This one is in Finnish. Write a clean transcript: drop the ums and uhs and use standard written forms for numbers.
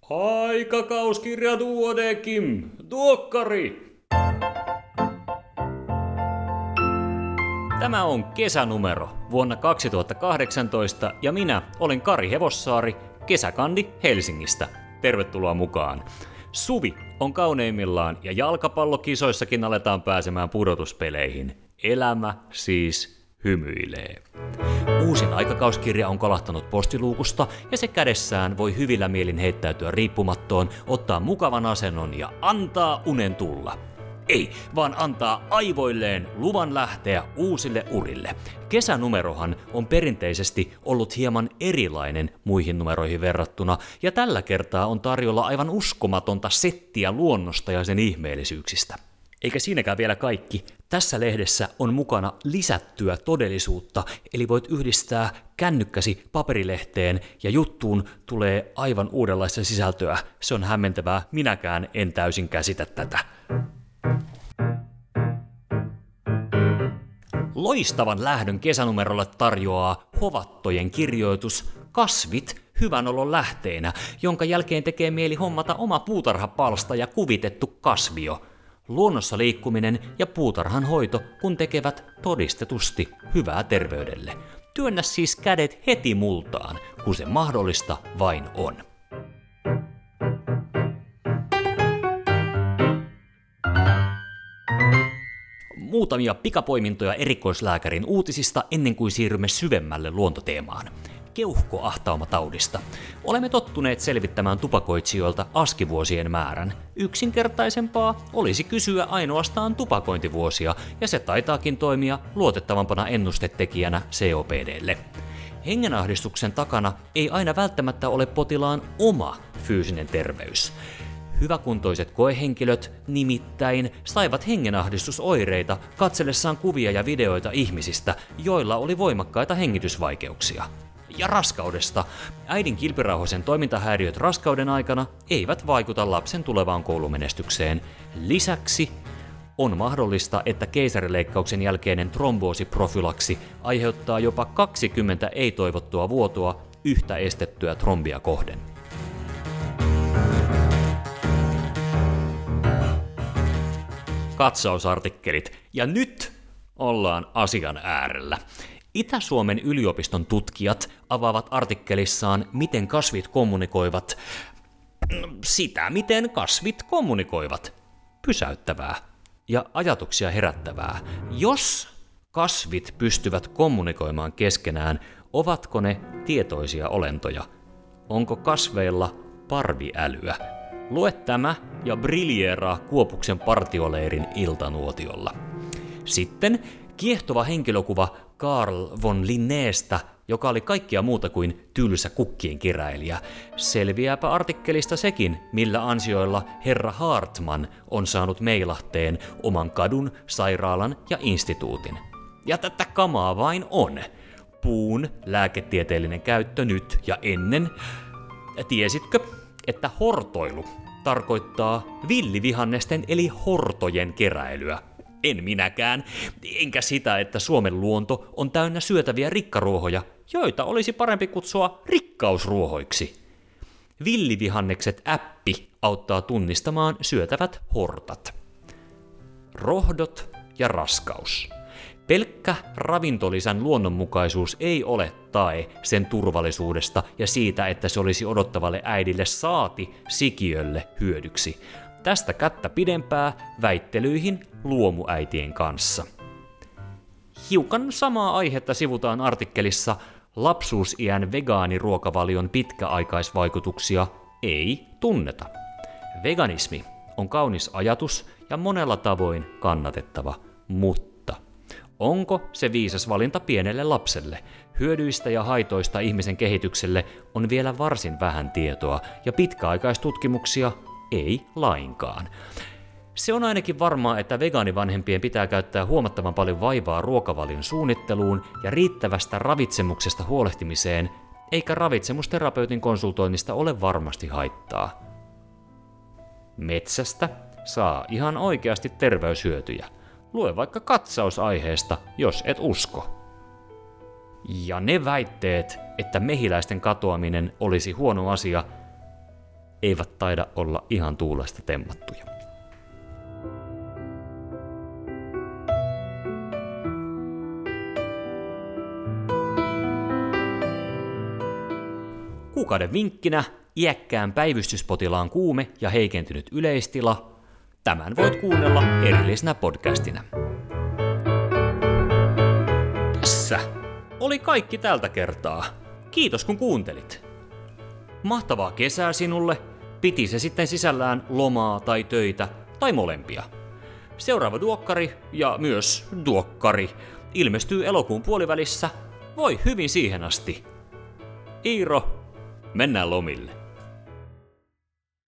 Aikakauskirja Duodekim, Duokkari! Tämä on kesänumero vuonna 2018 ja minä olen Kari Hevossaari, kesäkandi Helsingistä. Tervetuloa mukaan. Suvi on kauneimmillaan ja jalkapallokisoissakin aletaan pääsemään pudotuspeleihin. Elämä siis hymyilee. Uusin aikakauskirja on kolahtanut postiluukusta ja se kädessään voi hyvillä mielin heittäytyä riippumattoon, ottaa mukavan asennon ja antaa unen tulla. Ei, vaan antaa aivoilleen luvan lähteä uusille urille. Kesänumerohan on perinteisesti ollut hieman erilainen muihin numeroihin verrattuna, ja tällä kertaa on tarjolla aivan uskomatonta settiä luonnosta ja sen ihmeellisyyksistä. Eikä siinäkään vielä kaikki. Tässä lehdessä on mukana lisättyä todellisuutta, eli voit yhdistää kännykkäsi paperilehteen ja juttuun tulee aivan uudenlaista sisältöä. Se on hämmentävää, minäkään en täysin käsitä tätä. Loistavan lähdön kesänumerolle tarjoaa Hovattojen kirjoitus Kasvit hyvän olon lähteenä, jonka jälkeen tekee mieli hommata oma puutarhapalsta ja kuvitettu kasvio. Luonnossa liikkuminen ja puutarhan hoito, kun tekevät todistetusti hyvää terveydelle. Työnnä siis kädet heti multaan, kun se mahdollista vain on. Muutamia pikapoimintoja erikoislääkärin uutisista ennen kuin siirrymme syvemmälle luontoteemaan. Keuhkoahtaumataudista. Olemme tottuneet selvittämään tupakoitsijoilta askivuosien määrän. Yksinkertaisempaa olisi kysyä ainoastaan tupakointivuosia, ja se taitaakin toimia luotettavampana ennustetekijänä COPDlle. Hengenahdistuksen takana ei aina välttämättä ole potilaan oma fyysinen terveys. Hyväkuntoiset koehenkilöt nimittäin saivat hengenahdistusoireita katsellessaan kuvia ja videoita ihmisistä, joilla oli voimakkaita hengitysvaikeuksia. Ja raskaudesta. Äidin kilpirauhasen toimintahäiriöt raskauden aikana eivät vaikuta lapsen tulevaan koulumenestykseen. Lisäksi on mahdollista, että keisarileikkauksen jälkeinen tromboosiprofylaksi aiheuttaa jopa 20 ei-toivottua vuotoa yhtä estettyä trombia kohden. Katsausartikkelit. Ja nyt ollaan asian äärellä. Itä-Suomen yliopiston tutkijat avaavat artikkelissaan, miten kasvit kommunikoivat. Sitä, miten kasvit kommunikoivat. Pysäyttävää ja ajatuksia herättävää. Jos kasvit pystyvät kommunikoimaan keskenään, ovatko ne tietoisia olentoja? Onko kasveilla parviälyä? Lue tämä ja briljeeraa Kuopuksen partioleirin iltanuotiolla. Sitten kiehtova henkilökuva Carl von Linnéestä, joka oli kaikkia muuta kuin tylsä kukkien keräilijä. Selviääpä artikkelista sekin, millä ansioilla herra Hartman on saanut meilahteen oman kadun, sairaalan ja instituutin. Ja tätä kamaa vain on. Puun lääketieteellinen käyttö nyt ja ennen. Tiesitkö, että hortoilu tarkoittaa villivihannesten eli hortojen keräilyä? En minäkään, enkä sitä, että Suomen luonto on täynnä syötäviä rikkaruohoja, joita olisi parempi kutsua rikkausruohoiksi. Villivihannekset-appi auttaa tunnistamaan syötävät hortat. Rohdot ja raskaus. Pelkkä ravintolisän luonnonmukaisuus ei ole tae sen turvallisuudesta ja siitä, että se olisi odottavalle äidille saati sikiölle hyödyksi. Tästä kättä pidempää väittelyihin luomuäitien kanssa. Hiukan samaa aihetta sivutaan artikkelissa lapsuusiän vegaaniruokavalion pitkäaikaisvaikutuksia ei tunneta. Veganismi on kaunis ajatus ja monella tavoin kannatettava, mutta onko se viisas valinta pienelle lapselle? Hyödyistä ja haitoista ihmisen kehitykselle on vielä varsin vähän tietoa ja pitkäaikaistutkimuksia ei lainkaan. Se on ainakin varmaa, että vegaanivanhempien pitää käyttää huomattavan paljon vaivaa ruokavalion suunnitteluun ja riittävästä ravitsemuksesta huolehtimiseen, eikä ravitsemusterapeutin konsultoinnista ole varmasti haittaa. Metsästä saa ihan oikeasti terveyshyötyjä. Lue vaikka katsaus aiheesta, jos et usko. Ja ne väitteet, että mehiläisten katoaminen olisi huono asia, eivät taida olla ihan tuulesta temmattuja. Kuukauden vinkkinä iäkkään päivystyspotilaan kuume ja heikentynyt yleistila. Tämän voit kuunnella erillisenä podcastina. Tässä oli kaikki tältä kertaa. Kiitos kun kuuntelit. Mahtavaa kesää sinulle, piti se sitten sisällään lomaa tai töitä tai molempia. Seuraava duokkari ja myös duokkari ilmestyy elokuun puolivälissä. Voi hyvin siihen asti. Iiro, mennään lomille.